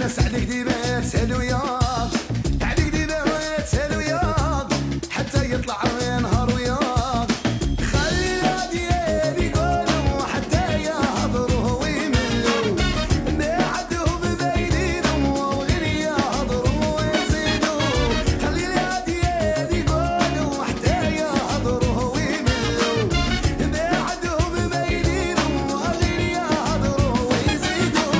والناس عليك ديما تسالو ياك، عليك ديما تسالو ياك حتى يطلع نهار وياك. خلي الهاديين يقولوا حتى يهضروا ويملوا، بعدهم باينين وغير يهضروا ويزيدوا. خلي الهاديين يقولوا حتى يهضروا ويملوا، بعدهم باينين وغير يهضروا ويزيدوا.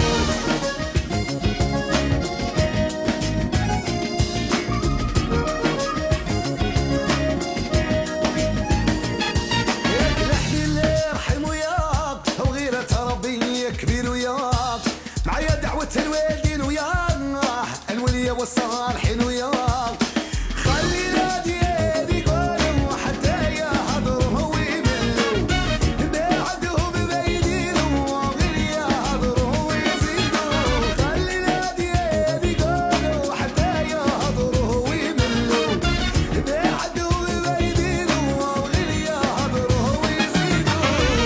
ياك لحني اللي يرحم وياك وغيرة ربي كبير وياك، معايا دعوة الوالدين وياك، الولية والصالحين وياك. خلي الهاديين يقولوا حتى يهضروا ويملوا، بعدهم باينين وغير يهضروا ويزيدوا. خلي الهاديين يقولوا حتى يهضروا ويملوا، بعدهم باينين وغير يهضروا ويزيدوا.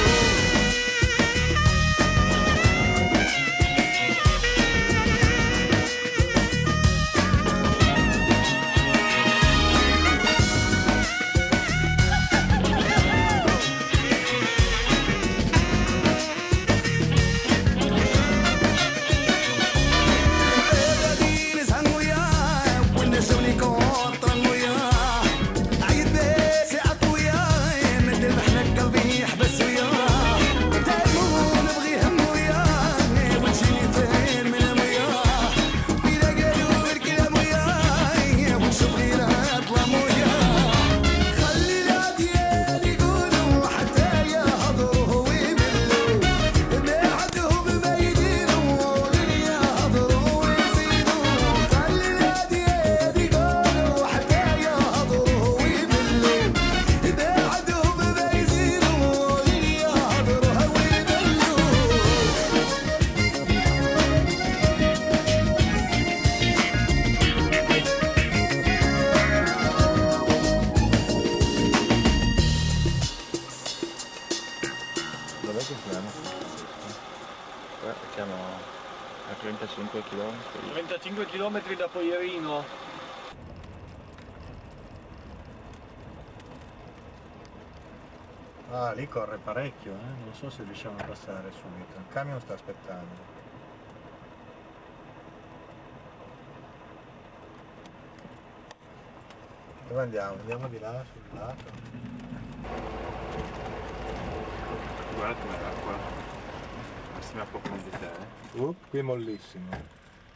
العبادين زهن وياه والناس جوني كونطرن وياه، عيد بيت ساعات وياه مد محنك قلبي يحبس وياه. تأمون نبغي هم وياه ونجيني فين من وياه، وإذا قالوا الكلام وياه ونشوف غير أطلام وياه. خلي الهاديين يقولوا حتى يهضروا ويملوا، بعدهم باينين وغير يهضروا ويزيدوا. خلي الهاديين يقولوا حتى يهضروا ويملوا، بعدهم باينين وغير يهضروا ويملوا. Dov'è che siamo? Siamo a 35 km. 35 km da Poierino. Ah, lì corre parecchio, non so se riusciamo a passare subito. Il camion sta aspettando. Dove andiamo? Andiamo di là, sul lato. Guarda com'è l'acqua. Massima profondità, Qui è mollissimo.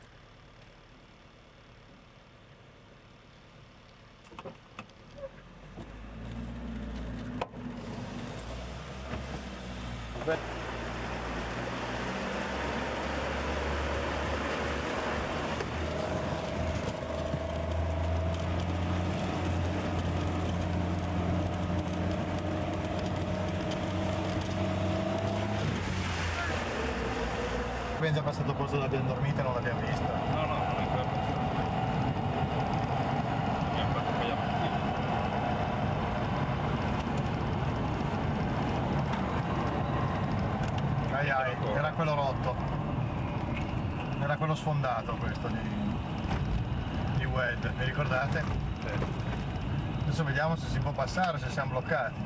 Abbiamo già passato il posto dove abbiamo dormito e non l'abbiamo vista. No, no, non è ancora passato. Abbiamo fatto poi a Ai ai, era quello rotto. Era quello sfondato questo di Wed, vi ricordate? Adesso vediamo se si può passare, se siamo bloccati.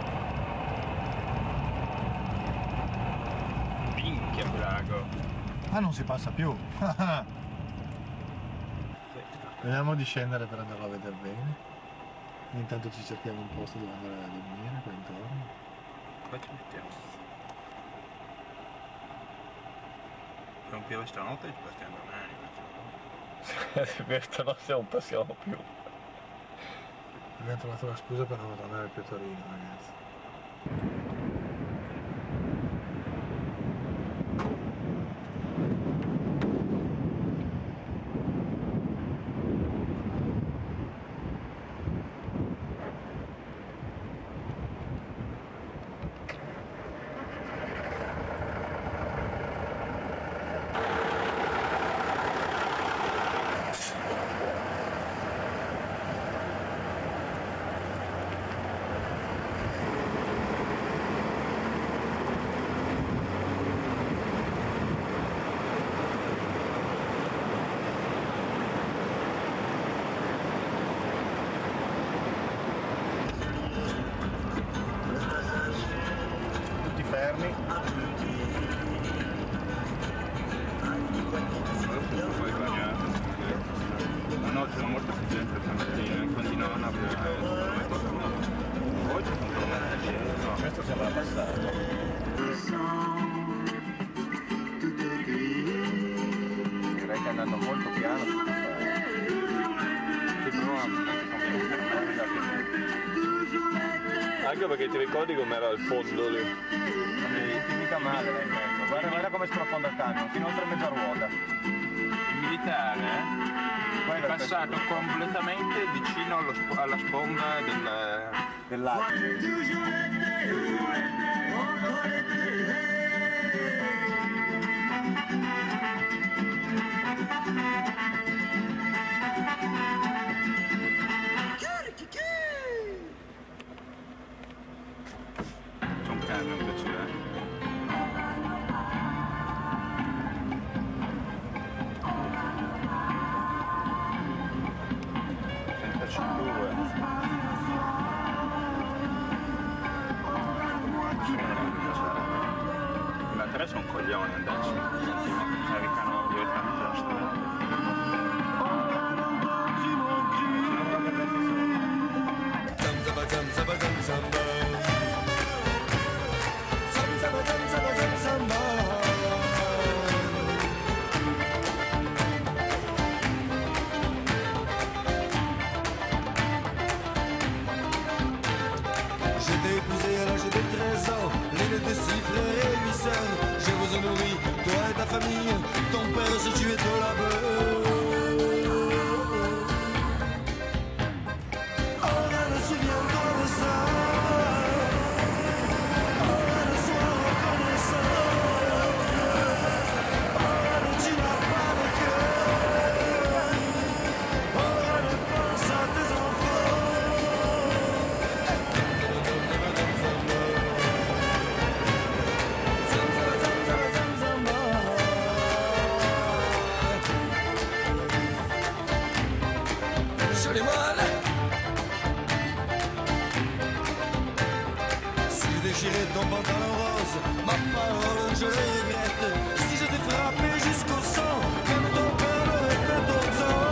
Minchia drago. Ah, non si passa più. Vediamo di scendere per andarlo a vedere bene. Intanto ci cerchiamo un posto dove andare a dormire qua intorno. Qua ci mettiamo. Se non piove stanotte ci passiamo domani. Se questo non passiamo più. Abbiamo trovato la scusa per non tornare più a Torino, ragazzi. andando molto piano. Anche perché ti ricordi com'era il fondo lì? Non ti mica male là in mezzo. Guarda come sprofonda il camion, fino oltre mezza ruota. Il militare è passato completamente vicino alla sponda Del lago. c'è un camion che c'è. La 3 sono coglioni andarci, caricano direttamente la strada. Zamba zamba zamba zamba. Zamba zamba zamba zamba. Je t'ai épousé à l'âge de 13 ans, l'aîné de 6 frères et 8 sœurs. Je vous ai nourri, toi et ta famille, ton père s'est tué de la beurre. Oh, reine, souviens-toi de ça. Oh, reine, sois reconnaissant. Oh, reine, tu n'as pas de cœur. Oh, reine, pense à tes enfants. Joli moelle. Si j'ai déchiré ton pantalon rose, ma parole je le regrette. Si je t'ai frappé jusqu'au sang, même ton père l'aurait fait autant.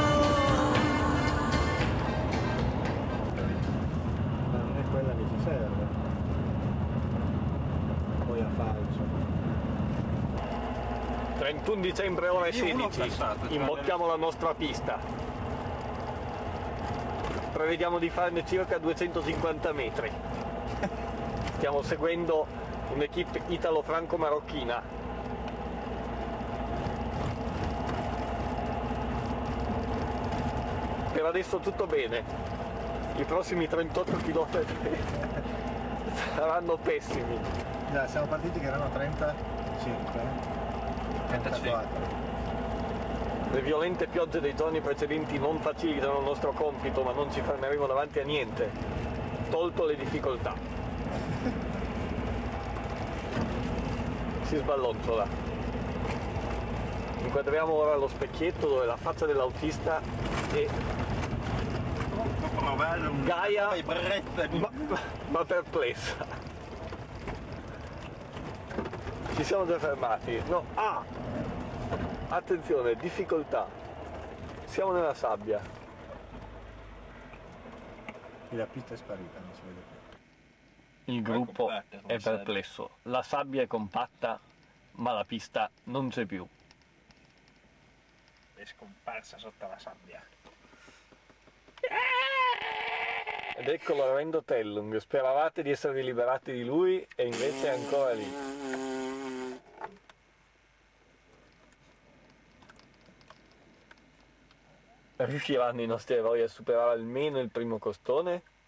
Ma non è quella che ci serve. Poi a falso. 31 dicembre ore Io uno 16, passato, imbocchiamo la nostra pista. Prevediamo di farne circa 250 metri. Stiamo seguendo un'equipe italo-franco-marocchina. Per adesso tutto bene. I prossimi 38 km saranno pessimi. Già, siamo partiti che erano 35. 34. Le violente piogge dei giorni precedenti non facilitano il nostro compito, ma non ci fermeremo davanti a niente, tolto le difficoltà. Si sballonciola. Inquadriamo ora lo specchietto dove la faccia dell'autista è gaia ma perplessa. Ci siamo già fermati. No, attenzione, difficoltà. Siamo nella sabbia. E la pista è sparita, non si vede più. Il gruppo è perplesso. La sabbia è compatta, ma la pista non c'è più. È scomparsa sotto la sabbia. Ed ecco Lorenzo Tellung. Speravate di esservi liberati di lui e invece è ancora lì. Riusciranno i nostri eroi a superare almeno il primo costone?